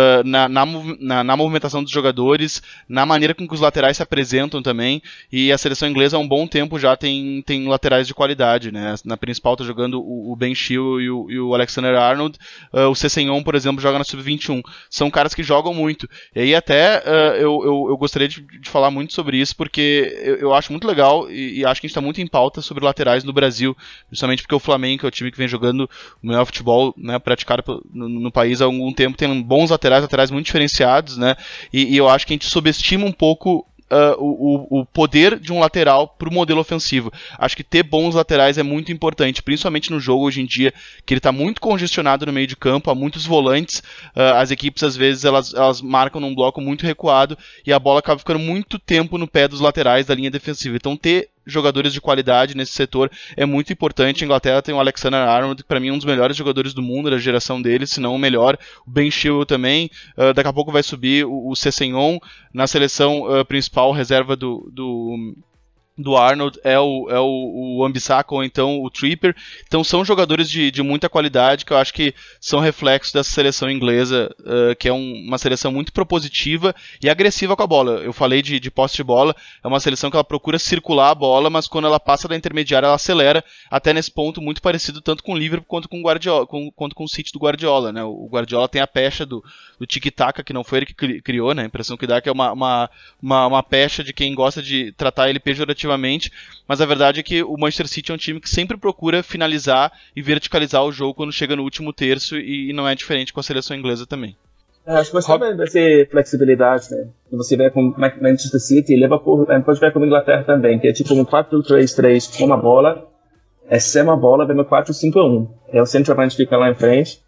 na movimentação dos jogadores, na maneira com que os laterais se apresentam também. E a seleção inglesa há um bom tempo já tem laterais de qualidade, né? Na principal tá jogando o Ben Chilwell e o Alexander-Arnold. O Sessegnon, por exemplo, joga na Sub-21. São caras que jogam muito. E aí até eu gostaria de falar muito sobre isso, porque eu acho muito legal, e acho que a gente está muito em pauta sobre laterais no Brasil, justamente porque o Flamengo, que é o time que vem jogando o melhor futebol, né, praticado no país há algum tempo, tem bons laterais muito diferenciados, né, e eu acho que a gente subestima um pouco o poder de um lateral para o modelo ofensivo. Acho que ter bons laterais é muito importante, principalmente no jogo hoje em dia, que ele está muito congestionado no meio de campo, há muitos volantes, as equipes às vezes elas marcam num bloco muito recuado e a bola acaba ficando muito tempo no pé dos laterais da linha defensiva. Então ter jogadores de qualidade nesse setor é muito importante. A Inglaterra tem o Alexander-Arnold, que para mim é um dos melhores jogadores do mundo, da geração dele, se não o melhor. O Ben Chilwell também. Daqui a pouco vai subir o Sessegnon. Na seleção principal, reserva do Arnold é o Wan-Bissaka ou então o Trippier. Então são jogadores de muita qualidade, que eu acho que são reflexos dessa seleção inglesa, que é uma seleção muito propositiva e agressiva com a bola. Eu falei de posse de bola, é uma seleção que ela procura circular a bola, mas quando ela passa da intermediária ela acelera, até nesse ponto muito parecido tanto com o Liverpool quanto com o Guardiola, quanto com o City do Guardiola, né? O Guardiola tem a pecha do tic-tac, que não foi ele que criou, né? A impressão que dá que é uma pecha de quem gosta de tratar ele pejorativamente, mas a verdade é que o Manchester City é um time que sempre procura finalizar e verticalizar o jogo quando chega no último terço, e não é diferente com a seleção inglesa também. Acho que você vai ser flexibilidade, né? Você vê com Manchester City e Liverpool, pode ver com a Inglaterra também, que é tipo um 4-3-3 com uma bola, sem uma bola, vem um 4-5-1. O centroavante fica lá em frente,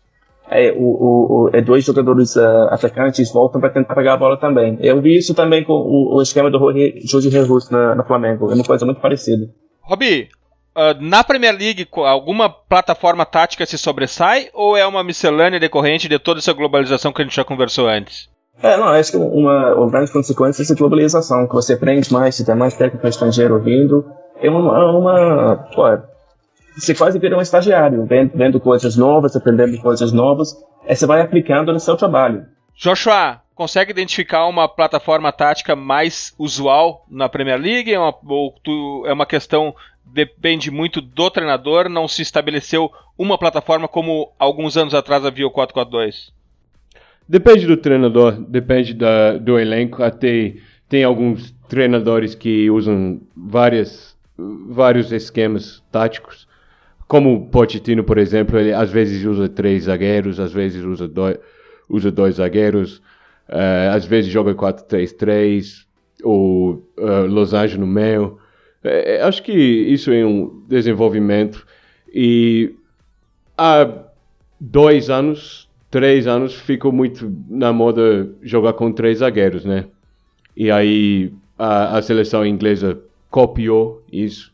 dois jogadores atacantes voltam para tentar pegar a bola também. Eu vi isso também com o esquema do Jorge Jesus no Flamengo. É uma coisa muito parecida. Robi, na Premier League, alguma plataforma tática se sobressai ou é uma miscelânea decorrente de toda essa globalização que a gente já conversou antes? Não, acho que uma grande consequência é essa globalização, que você aprende mais, se tem mais técnico estrangeiro ouvindo. você quase vira um estagiário, vendo coisas novas, aprendendo coisas novas, e você vai aplicando no seu trabalho. Joshua, consegue identificar uma plataforma tática mais usual na Premier League? É uma questão, depende muito do treinador, não se estabeleceu uma plataforma como alguns anos atrás havia o 4-4-2? Depende do treinador, depende do elenco. Até tem alguns treinadores que usam vários esquemas táticos. Como o Pochettino, por exemplo, ele às vezes usa 3 zagueiros, às vezes usa 2 zagueiros, às vezes joga 4-3-3, ou losange no meio. Acho que isso é um desenvolvimento. E há 2 anos, 3 anos, ficou muito na moda jogar com 3 zagueiros, né? E aí a seleção inglesa copiou isso,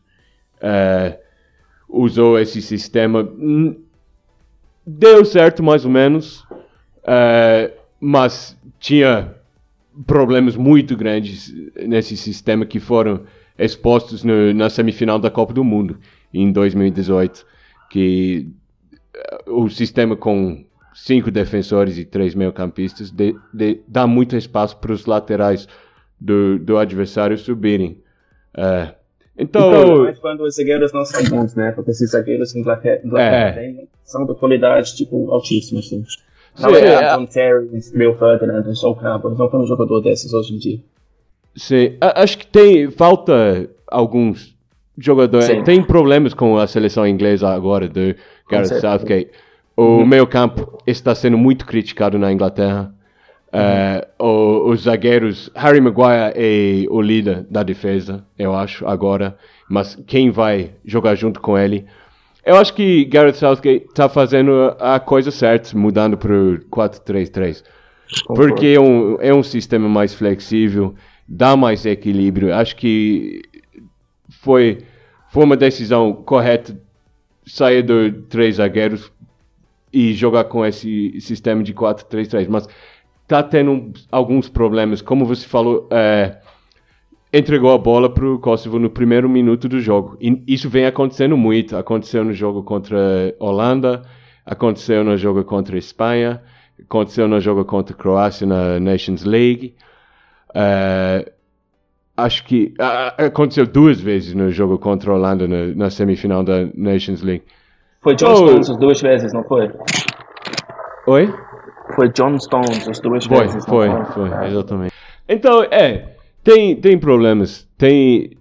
usou esse sistema, deu certo mais ou menos, mas tinha problemas muito grandes nesse sistema que foram expostos na semifinal da Copa do Mundo em 2018, que o sistema com 5 defensores e 3 meio-campistas dá muito espaço para os laterais do adversário subirem. Então, mas quando os zagueiros não são bons, né? Porque esses zagueiros que Inglaterra tem são de qualidade tipo altíssima, assim. Não é Anton Terry, Rio Ferdinand, Sol Campbell, não tem um jogador desses hoje em dia. Sim, acho que falta alguns jogadores. Sim. Tem problemas com a seleção inglesa agora, do Gareth Southgate. O meio-campo está sendo muito criticado na Inglaterra. Os zagueiros, Harry Maguire é o líder da defesa, eu acho, agora. Mas quem vai jogar junto com ele? Eu acho que Gareth Southgate está fazendo a coisa certa, mudando para o 4-3-3. Porque é um sistema mais flexível, dá mais equilíbrio. Acho que foi uma decisão correta sair de 3 zagueiros e jogar com esse sistema de 4-3-3. Mas está tendo alguns problemas. Como você falou, entregou a bola para o Kosovo no primeiro minuto do jogo. E isso vem acontecendo muito. Aconteceu no jogo contra a Holanda, aconteceu no jogo contra a Espanha, aconteceu no jogo contra a Croácia na Nations League. Acho que aconteceu 2 vezes no jogo contra a Holanda na semifinal da Nations League. Foi John Stones as 2 vezes, não foi? Oi? Foi John Stones as 2 vezes. Foi, exatamente. Então, tem problemas, tem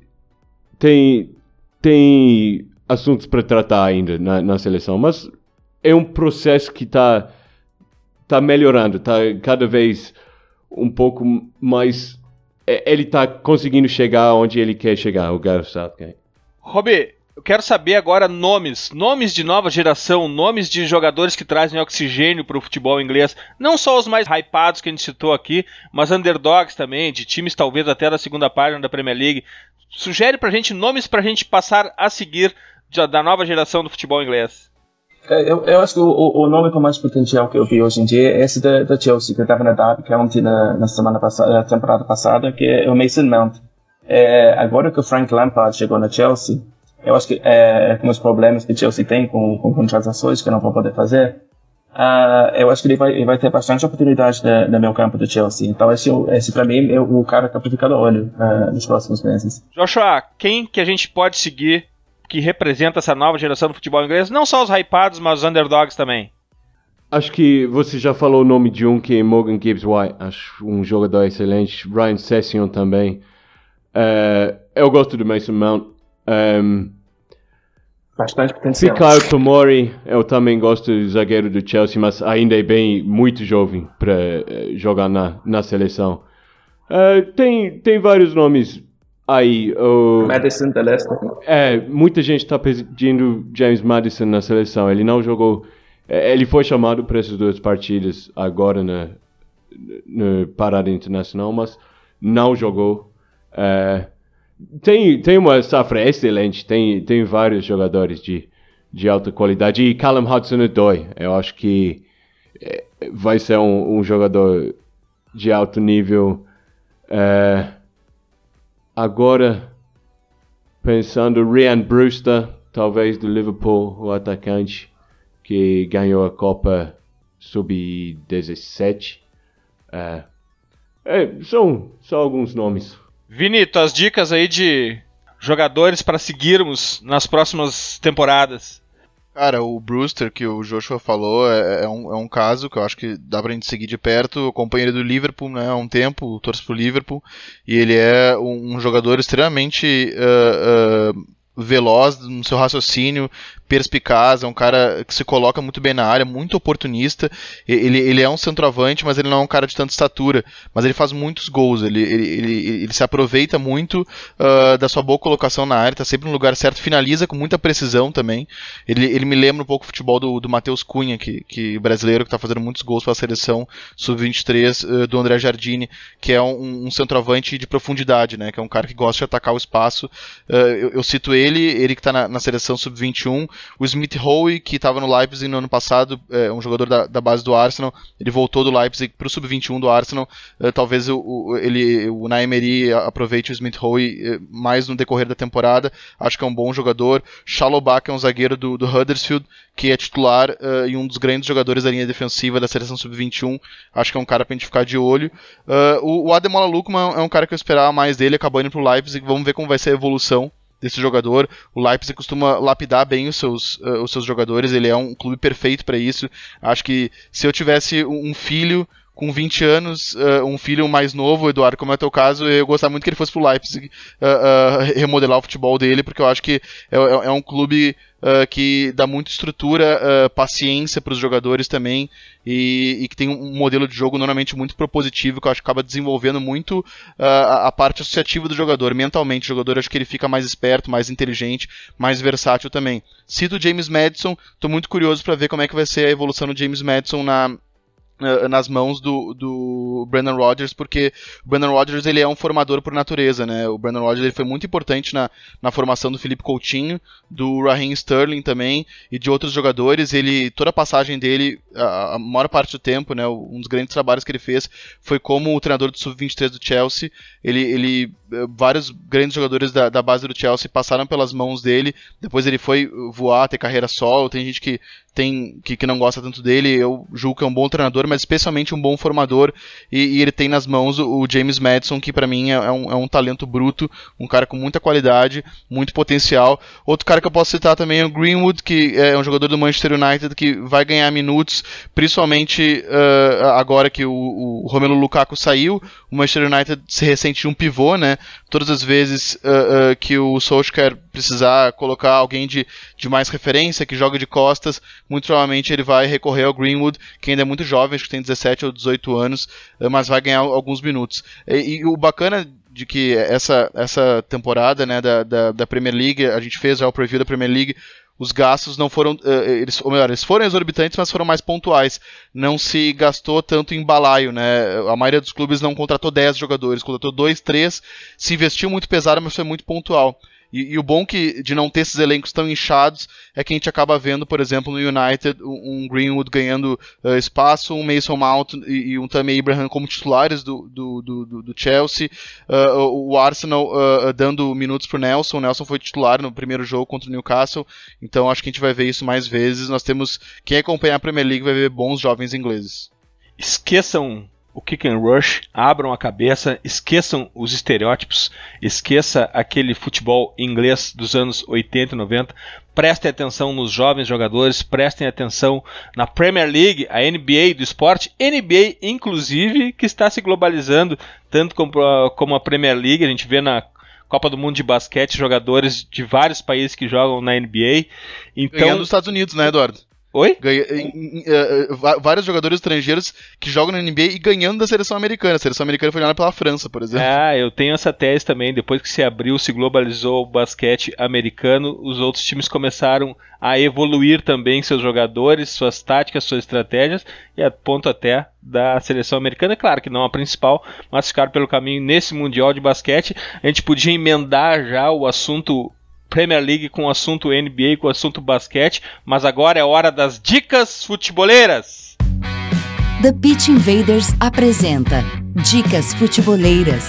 assuntos para tratar ainda na seleção, mas é um processo que tá melhorando, tá cada vez um pouco mais. Ele tá conseguindo chegar onde ele quer chegar, o Gareth Southgate. Robbie, eu quero saber agora nomes de nova geração, nomes de jogadores que trazem oxigênio para o futebol inglês. Não só os mais hypados que a gente citou aqui, mas underdogs também, de times talvez até da segunda página da Premier League. Sugere pra gente nomes pra gente passar a seguir da nova geração do futebol inglês. Eu acho que o nome com mais potencial que eu vi hoje em dia é esse da Chelsea, que estava na Derby County na semana passada, na temporada passada, que é o Mason Mount. Agora que o Frank Lampard chegou na Chelsea, eu acho que com os problemas que o Chelsea tem com transações que não vão poder fazer, eu acho que ele vai ter bastante oportunidade no meu campo do Chelsea. Então esse para mim é o cara que eu ficar de olho nos próximos meses. Joshua, quem que a gente pode seguir que representa essa nova geração do futebol inglês? Não só os hypados, mas os underdogs também. Acho que você já falou o nome de um que é Morgan Gibbs-White. Acho um jogador excelente. Ryan Sessegnon também. Eu gosto do Mason Mount. Bastante potencial. Fikayo Tomori, eu também gosto do zagueiro do Chelsea, mas ainda é muito jovem para jogar na seleção. Tem vários nomes aí. Maddison da Leicester. Muita gente está pedindo James Maddison na seleção. Ele não jogou. Ele foi chamado para essas 2 partidas agora na parada internacional, mas não jogou. Tem uma safra excelente, tem vários jogadores de alta qualidade. E Callum Hudson-Odoi, eu acho que vai ser um jogador de alto nível. Agora, pensando, Ryan Brewster talvez do Liverpool, o atacante que ganhou a Copa Sub-17. São só alguns nomes. Vini, tuas dicas aí de jogadores para seguirmos nas próximas temporadas. Cara, o Brewster, que o Joshua falou, é um caso que eu acho que dá pra gente seguir de perto. Eu acompanho ele do Liverpool, né, há um tempo, torço pro Liverpool, e ele é um jogador extremamente veloz no seu raciocínio, perspicaz, é um cara que se coloca muito bem na área, muito oportunista. Ele é um centroavante, mas ele não é um cara de tanta estatura, mas ele faz muitos gols, ele se aproveita muito da sua boa colocação na área, está sempre no lugar certo, finaliza com muita precisão também. Ele me lembra um pouco o futebol do Matheus Cunha, que brasileiro, que está fazendo muitos gols para a seleção sub-23 do André Jardine, que é um centroavante de profundidade, né, que é um cara que gosta de atacar o espaço. Eu cito ele que está na seleção sub-21, o Smith Rowe, que estava no Leipzig no ano passado, um jogador da base do Arsenal, ele voltou do Leipzig para o sub-21 do Arsenal. Talvez o Unai Emery aproveite o Smith Rowe mais no decorrer da temporada, acho que é um bom jogador. Chalobah, que é um zagueiro do Huddersfield, que é titular e um dos grandes jogadores da linha defensiva da seleção sub-21, acho que é um cara pra gente ficar de olho. O Ademola Lookman é um cara que eu esperava mais dele, acabou indo pro Leipzig, vamos ver como vai ser a evolução desse jogador. O Leipzig costuma lapidar bem os seus jogadores, ele é um clube perfeito para isso. Acho que se eu tivesse um filho com 20 anos, um filho mais novo, Eduardo, como é o teu caso, eu gostaria muito que ele fosse pro Leipzig remodelar o futebol dele, porque eu acho que é um clube que dá muita estrutura, paciência para os jogadores também, e que tem um modelo de jogo normalmente muito propositivo, que eu acho que acaba desenvolvendo muito a parte associativa do jogador, mentalmente. O jogador, acho que ele fica mais esperto, mais inteligente, mais versátil também. Cito o James Maddison, estou muito curioso para ver como é que vai ser a evolução do James Maddison nas mãos do Brendan Rodgers, porque o Brendan Rodgers ele é um formador por natureza, né? O Brendan Rodgers ele foi muito importante na formação do Philippe Coutinho, do Raheem Sterling também, e de outros jogadores. Toda a passagem dele, a maior parte do tempo, né, um dos grandes trabalhos que ele fez foi como o treinador do Sub-23 do Chelsea. Vários grandes jogadores da base do Chelsea passaram pelas mãos dele, depois ele foi voar, ter carreira solo. Tem gente que não gosta tanto dele, eu julgo que é um bom treinador, mas especialmente um bom formador, e ele tem nas mãos o James Maddison, que pra mim é um talento bruto, um cara com muita qualidade, muito potencial. Outro cara que eu posso citar também é o Greenwood, que é um jogador do Manchester United, que vai ganhar minutos, principalmente agora que o Romelu Lukaku saiu. O Manchester United se ressente de um pivô, né? Todas as vezes que o Solskjaer precisar colocar alguém de mais referência, que joga de costas, muito provavelmente ele vai recorrer ao Greenwood, que ainda é muito jovem, acho que tem 17 ou 18 anos, mas vai ganhar alguns minutos. E o bacana de que essa temporada, né, da Premier League, a gente fez já o preview da Premier League, os gastos não foram, eles foram exorbitantes, mas foram mais pontuais. Não se gastou tanto em balaio, né? A maioria dos clubes não contratou 10 jogadores, contratou 2, 3, se investiu muito pesado, mas foi muito pontual. E o bom de não ter esses elencos tão inchados é que a gente acaba vendo, por exemplo, no United, um Greenwood ganhando espaço, um Mason Mount e um Tammy Abraham como titulares do Chelsea, o Arsenal dando minutos pro Nelson. O Nelson foi titular no primeiro jogo contra o Newcastle, então acho que a gente vai ver isso mais vezes. Quem acompanhar a Premier League vai ver bons jovens ingleses. Esqueçam o kick and rush, abram a cabeça, esqueçam os estereótipos, esqueça aquele futebol inglês dos anos 80 e 90, prestem atenção nos jovens jogadores, prestem atenção na Premier League, a NBA do esporte, NBA inclusive, que está se globalizando, tanto como a Premier League. A gente vê na Copa do Mundo de basquete jogadores de vários países que jogam na NBA. Então, ganhando dos Estados Unidos, né, Eduardo? Oi? Vários jogadores estrangeiros que jogam na NBA e ganhando da seleção americana. A seleção americana foi ganhada pela França, por exemplo. Eu tenho essa tese também. Depois que se abriu, se globalizou o basquete americano, os outros times começaram a evoluir também seus jogadores, suas táticas, suas estratégias, e a ponto até da seleção americana. Claro que não a principal, mas ficaram pelo caminho nesse Mundial de Basquete. A gente podia emendar já o assunto Premier League com o assunto NBA, com o assunto basquete, mas agora é hora das dicas futeboleiras. The Pitch Invaders apresenta Dicas Futeboleiras.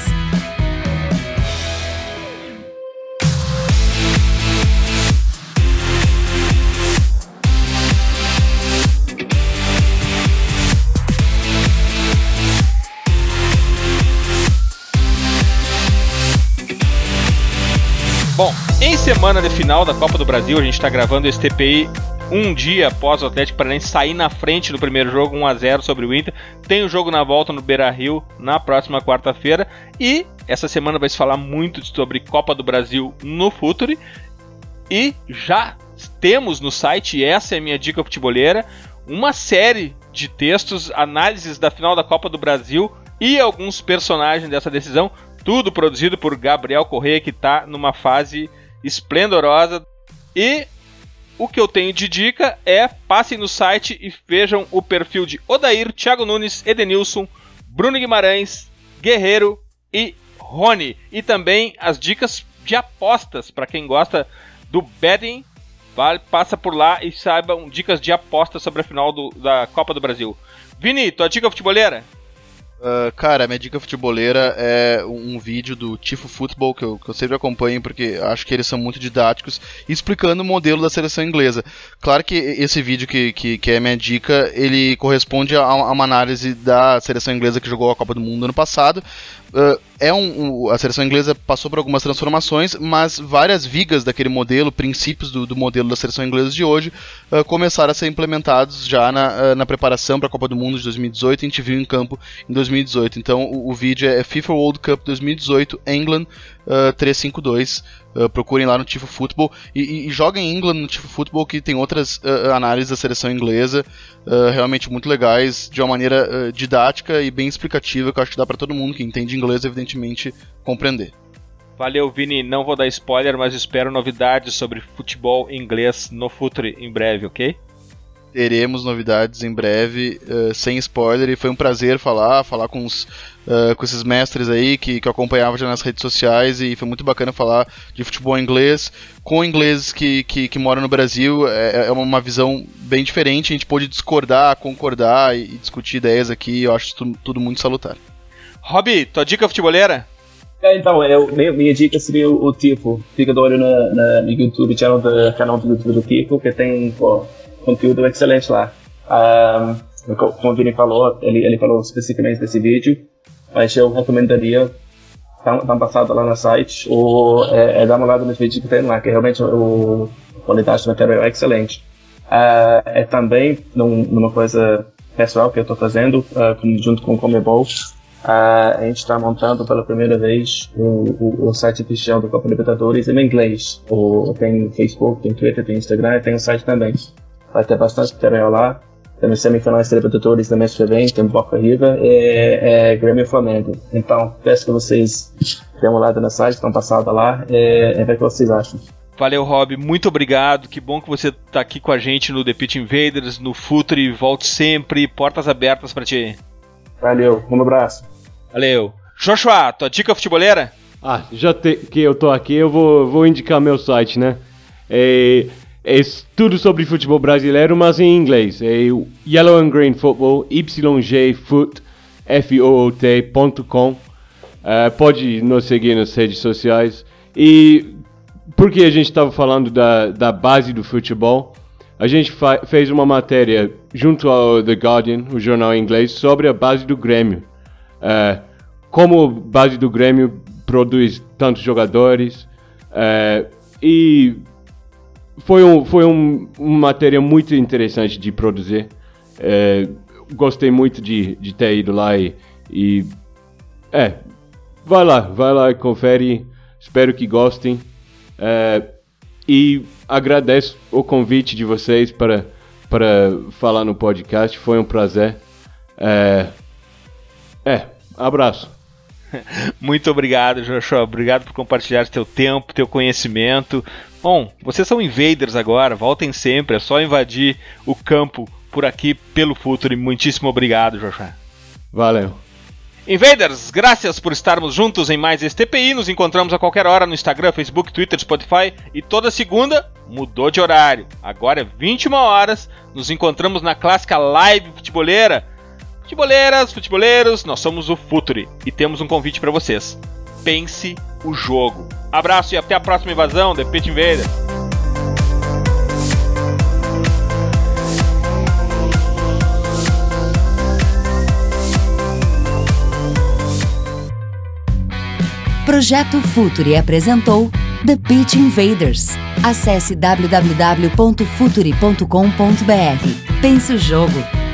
semana de final da Copa do Brasil, a gente está gravando esse TPI um dia após o Atlético Paranaense sair na frente no primeiro jogo, 1-0 sobre o Inter. Tem o jogo na volta no Beira-Rio na próxima quarta-feira. E essa semana vai se falar muito sobre Copa do Brasil no Futuri. E já temos no site, essa é a minha dica futeboleira, uma série de textos, análises da final da Copa do Brasil e alguns personagens dessa decisão. Tudo produzido por Gabriel Corrêa, que está numa fase esplendorosa. E o que eu tenho de dica é: passem no site e vejam o perfil de Odair, Thiago Nunes, Edenilson, Bruno Guimarães, Guerreiro e Rony. E também as dicas de apostas, para quem gosta do betting, passa por lá e saibam dicas de apostas sobre a final da Copa do Brasil. Vini, tua dica futeboleira? Cara, a minha dica futeboleira é um vídeo do Tifo Futebol que eu sempre acompanho, porque acho que eles são muito didáticos, explicando o modelo da seleção inglesa. Claro que esse vídeo que é a minha dica, ele corresponde a uma análise da seleção inglesa que jogou a Copa do Mundo ano passado. A seleção inglesa passou por algumas transformações, mas várias vigas daquele modelo, princípios do modelo da seleção inglesa de hoje, começaram a ser implementados já na preparação para a Copa do Mundo de 2018. A gente viu em campo em 2018. Então o vídeo é FIFA World Cup 2018 England 352. Procurem lá no Tifo Futebol e joguem England no Tifo Futebol, que tem outras análises da seleção inglesa realmente muito legais, de uma maneira didática e bem explicativa, que eu acho que dá para todo mundo que entende inglês, evidentemente, compreender. Valeu, Vini. Não vou dar spoiler, mas espero novidades sobre futebol inglês no Futuri em breve, ok? Teremos novidades em breve, sem spoiler, e foi um prazer falar com esses mestres aí que eu acompanhava já nas redes sociais, e foi muito bacana falar de futebol inglês com ingleses que moram no Brasil. É uma visão bem diferente, a gente pôde discordar, concordar e discutir ideias aqui, eu acho tudo muito salutar. Robbie, tua dica futeboleira? Então, minha dica seria o Tifo. Fica de olho no YouTube, canal do YouTube do Tifo, que tem conteúdo excelente lá. Como o Vini falou, ele falou especificamente desse vídeo, mas eu recomendaria dar uma passada lá no site ou dar uma olhada nos vídeos que tem lá, que realmente a qualidade do material é excelente. É também numa coisa pessoal que eu estou fazendo, junto com o Comebol. A gente está montando pela primeira vez o site oficial da Copa Libertadores em inglês. Tem Facebook, tem Twitter, tem Instagram e tem o site também. Vai ter bastante material lá. Temos semifinais de Libertadores no mês que vem, tem Boca River e Grêmio e Flamengo. Então, peço que vocês dêem uma olhada no site, estão passados lá e ver o que vocês acham. Valeu, Rob, muito obrigado. Que bom que você está aqui com a gente no The Pitch Invaders, no Futuri. Volte sempre, portas abertas para ti. Valeu, um abraço. Valeu. Joshua, tua dica futeboleira? Já que eu tô aqui, eu vou indicar meu site, né? É tudo sobre futebol brasileiro, mas em inglês. É Yellow and Green Football, yjfoot.com. Pode nos seguir nas redes sociais. E porque a gente estava falando da base do futebol, a gente fez uma matéria junto ao The Guardian, o jornal inglês, sobre a base do Grêmio. Como a base do Grêmio produz tantos jogadores. E foi uma matéria muito interessante de produzir. Gostei muito de ter ido lá e vai lá e confere. Espero que gostem. E agradeço o convite de vocês para falar no podcast. Foi um prazer. Abraço. Muito obrigado, Joshua. Obrigado por compartilhar teu tempo, teu conhecimento. Bom, vocês são invaders agora, voltem sempre, é só invadir o campo por aqui pelo Futuri. Muitíssimo obrigado, Joshua. Valeu. Invaders, graças por estarmos juntos em mais este TPI. Nos encontramos a qualquer hora no Instagram, Facebook, Twitter, Spotify, e toda segunda mudou de horário. Agora é 21 horas. Nos encontramos na clássica live futeboleira. Futeboleiras, futeboleiros, nós somos o Futuri e temos um convite para vocês. Pense o jogo. Abraço e até a próxima invasão, The Pitch Invaders. Projeto Futuri apresentou The Pitch Invaders. Acesse www.futuri.com.br. Pense o jogo.